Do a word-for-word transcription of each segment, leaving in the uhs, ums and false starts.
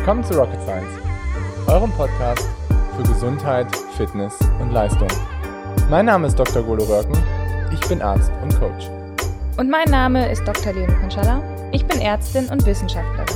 Willkommen zu Rocket Science, eurem Podcast für Gesundheit, Fitness und Leistung. Mein Name ist Doktor Golo Röhrken, ich bin Arzt und Coach. Und mein Name ist Doktor Leonie Konschalla, ich bin Ärztin und Wissenschaftlerin.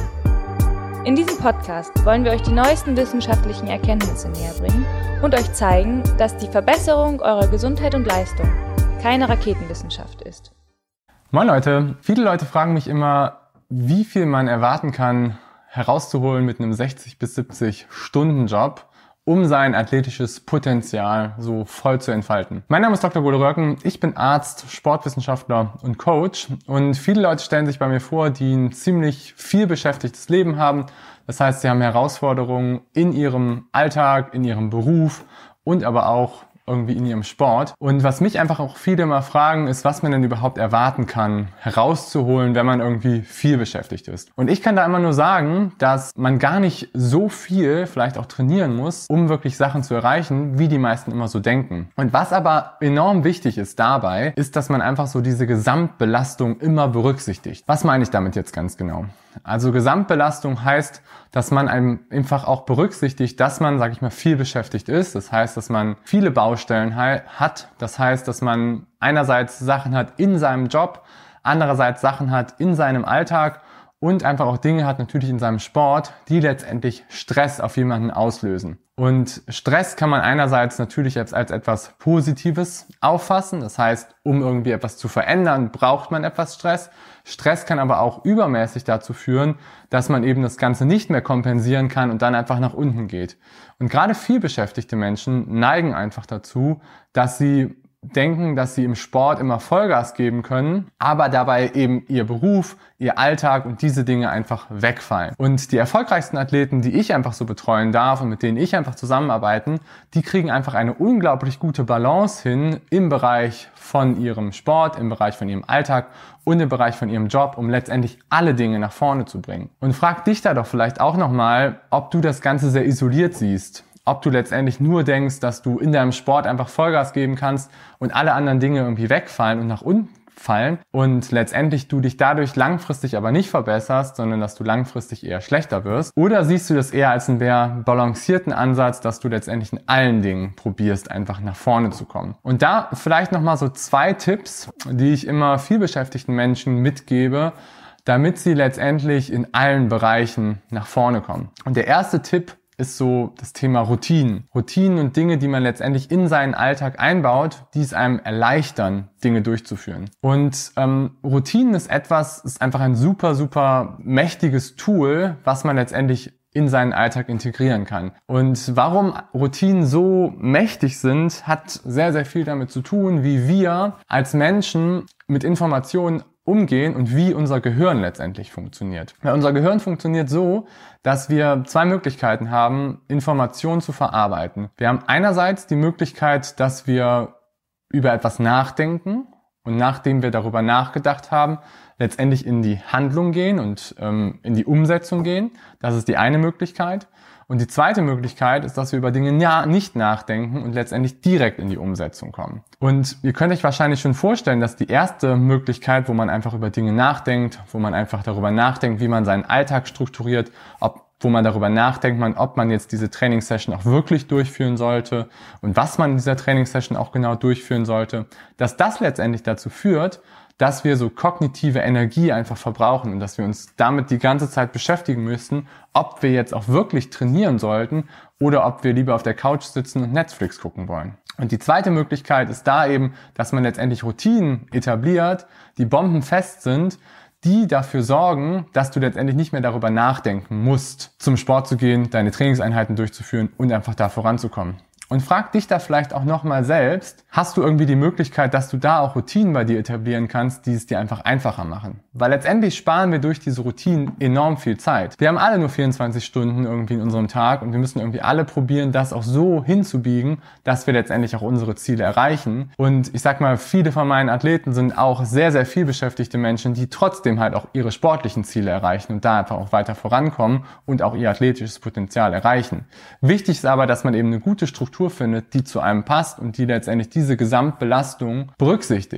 In diesem Podcast wollen wir euch die neuesten wissenschaftlichen Erkenntnisse näherbringen und euch zeigen, dass die Verbesserung eurer Gesundheit und Leistung keine Raketenwissenschaft ist. Moin Leute, viele Leute fragen mich immer, wie viel man erwarten kann, herauszuholen mit einem sechzig bis siebzig Stunden Job, um sein athletisches Potenzial so voll zu entfalten. Mein Name ist Doktor Golo Röhrken, ich bin Arzt, Sportwissenschaftler und Coach und viele Leute stellen sich bei mir vor, die ein ziemlich viel beschäftigtes Leben haben. Das heißt, sie haben Herausforderungen in ihrem Alltag, in ihrem Beruf und aber auch irgendwie in ihrem Sport. Und was mich einfach auch viele immer fragen, ist, was man denn überhaupt erwarten kann, herauszuholen, wenn man irgendwie viel beschäftigt ist. Und ich kann da immer nur sagen, dass man gar nicht so viel vielleicht auch trainieren muss, um wirklich Sachen zu erreichen, wie die meisten immer so denken. Und was aber enorm wichtig ist dabei, ist, dass man einfach so diese Gesamtbelastung immer berücksichtigt. Was meine ich damit jetzt ganz genau? Also Gesamtbelastung heißt, dass man einfach auch berücksichtigt, dass man, sage ich mal, viel beschäftigt ist. Das heißt, dass man viele Baustellen hat. Das heißt, dass man einerseits Sachen hat in seinem Job, andererseits Sachen hat in seinem Alltag und einfach auch Dinge hat natürlich in seinem Sport, die letztendlich Stress auf jemanden auslösen. Und Stress kann man einerseits natürlich als, als etwas Positives auffassen. Das heißt, um irgendwie etwas zu verändern, braucht man etwas Stress. Stress kann aber auch übermäßig dazu führen, dass man eben das Ganze nicht mehr kompensieren kann und dann einfach nach unten geht. Und gerade viel beschäftigte Menschen neigen einfach dazu, dass sie denken, dass sie im Sport immer Vollgas geben können, aber dabei eben ihr Beruf, ihr Alltag und diese Dinge einfach wegfallen. Und die erfolgreichsten Athleten, die ich einfach so betreuen darf und mit denen ich einfach zusammenarbeiten, die kriegen einfach eine unglaublich gute Balance hin im Bereich von ihrem Sport, im Bereich von ihrem Alltag und im Bereich von ihrem Job, um letztendlich alle Dinge nach vorne zu bringen. Und frag dich da doch vielleicht auch nochmal, ob du das Ganze sehr isoliert siehst. Ob du letztendlich nur denkst, dass du in deinem Sport einfach Vollgas geben kannst und alle anderen Dinge irgendwie wegfallen und nach unten fallen und letztendlich du dich dadurch langfristig aber nicht verbesserst, sondern dass du langfristig eher schlechter wirst. Oder siehst du das eher als einen sehr balancierten Ansatz, dass du letztendlich in allen Dingen probierst, einfach nach vorne zu kommen. Und da vielleicht nochmal so zwei Tipps, die ich immer vielbeschäftigten Menschen mitgebe, damit sie letztendlich in allen Bereichen nach vorne kommen. Und der erste Tipp ist so das Thema Routinen. Routinen und Dinge, die man letztendlich in seinen Alltag einbaut, die es einem erleichtern, Dinge durchzuführen. Und ähm, Routinen ist etwas, ist einfach ein super, super mächtiges Tool, was man letztendlich in seinen Alltag integrieren kann. Und warum Routinen so mächtig sind, hat sehr, sehr viel damit zu tun, wie wir als Menschen mit Informationen umgehen und wie unser Gehirn letztendlich funktioniert. Ja, unser Gehirn funktioniert so, dass wir zwei Möglichkeiten haben, Informationen zu verarbeiten. Wir haben einerseits die Möglichkeit, dass wir über etwas nachdenken und nachdem wir darüber nachgedacht haben, letztendlich in die Handlung gehen und ähm, in die Umsetzung gehen. Das ist die eine Möglichkeit. Und die zweite Möglichkeit ist, dass wir über Dinge ja nicht nachdenken und letztendlich direkt in die Umsetzung kommen. Und ihr könnt euch wahrscheinlich schon vorstellen, dass die erste Möglichkeit, wo man einfach über Dinge nachdenkt, wo man einfach darüber nachdenkt, wie man seinen Alltag strukturiert, ob wo man darüber nachdenkt, man, ob man jetzt diese Trainingssession auch wirklich durchführen sollte und was man in dieser Trainingssession auch genau durchführen sollte, dass das letztendlich dazu führt, dass wir so kognitive Energie einfach verbrauchen und dass wir uns damit die ganze Zeit beschäftigen müssen, ob wir jetzt auch wirklich trainieren sollten oder ob wir lieber auf der Couch sitzen und Netflix gucken wollen. Und die zweite Möglichkeit ist da eben, dass man letztendlich Routinen etabliert, die bombenfest sind, die dafür sorgen, dass du letztendlich nicht mehr darüber nachdenken musst, zum Sport zu gehen, deine Trainingseinheiten durchzuführen und einfach da voranzukommen. Und frag dich da vielleicht auch nochmal selbst, hast du irgendwie die Möglichkeit, dass du da auch Routinen bei dir etablieren kannst, die es dir einfach einfacher machen? Weil letztendlich sparen wir durch diese Routinen enorm viel Zeit. Wir haben alle nur vierundzwanzig Stunden irgendwie in unserem Tag und wir müssen irgendwie alle probieren, das auch so hinzubiegen, dass wir letztendlich auch unsere Ziele erreichen. Und ich sag mal, viele von meinen Athleten sind auch sehr, sehr viel beschäftigte Menschen, die trotzdem halt auch ihre sportlichen Ziele erreichen und da einfach auch weiter vorankommen und auch ihr athletisches Potenzial erreichen. Wichtig ist aber, dass man eben eine gute Struktur findet, die zu einem passt und die letztendlich diese Gesamtbelastung berücksichtigt.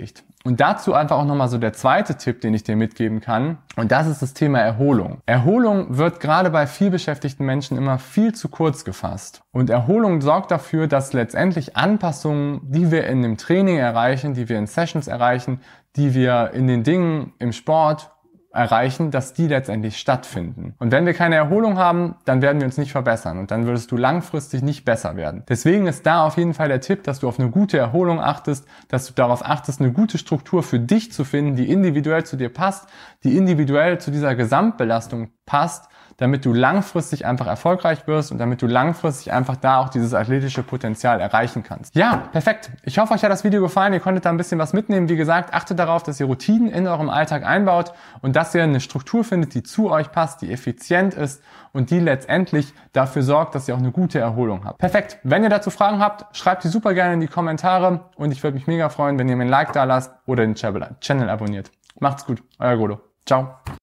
Und dazu einfach auch nochmal so der zweite Tipp, den ich dir mitgeben kann. Und das ist das Thema Erholung. Erholung wird gerade bei vielbeschäftigten Menschen immer viel zu kurz gefasst. Und Erholung sorgt dafür, dass letztendlich Anpassungen, die wir in dem Training erreichen, die wir in Sessions erreichen, die wir in den Dingen im Sport erreichen, dass die letztendlich stattfinden. Und wenn wir keine Erholung haben, dann werden wir uns nicht verbessern und dann würdest du langfristig nicht besser werden. Deswegen ist da auf jeden Fall der Tipp, dass du auf eine gute Erholung achtest, dass du darauf achtest, eine gute Struktur für dich zu finden, die individuell zu dir passt, die individuell zu dieser Gesamtbelastung passt, damit du langfristig einfach erfolgreich wirst und damit du langfristig einfach da auch dieses athletische Potenzial erreichen kannst. Ja, perfekt. Ich hoffe, euch hat das Video gefallen. Ihr konntet da ein bisschen was mitnehmen. Wie gesagt, achtet darauf, dass ihr Routinen in eurem Alltag einbaut und dass ihr eine Struktur findet, die zu euch passt, die effizient ist und die letztendlich dafür sorgt, dass ihr auch eine gute Erholung habt. Perfekt. Wenn ihr dazu Fragen habt, schreibt die super gerne in die Kommentare und ich würde mich mega freuen, wenn ihr mir ein Like da lasst oder den Channel abonniert. Macht's gut. Euer Godo. Ciao.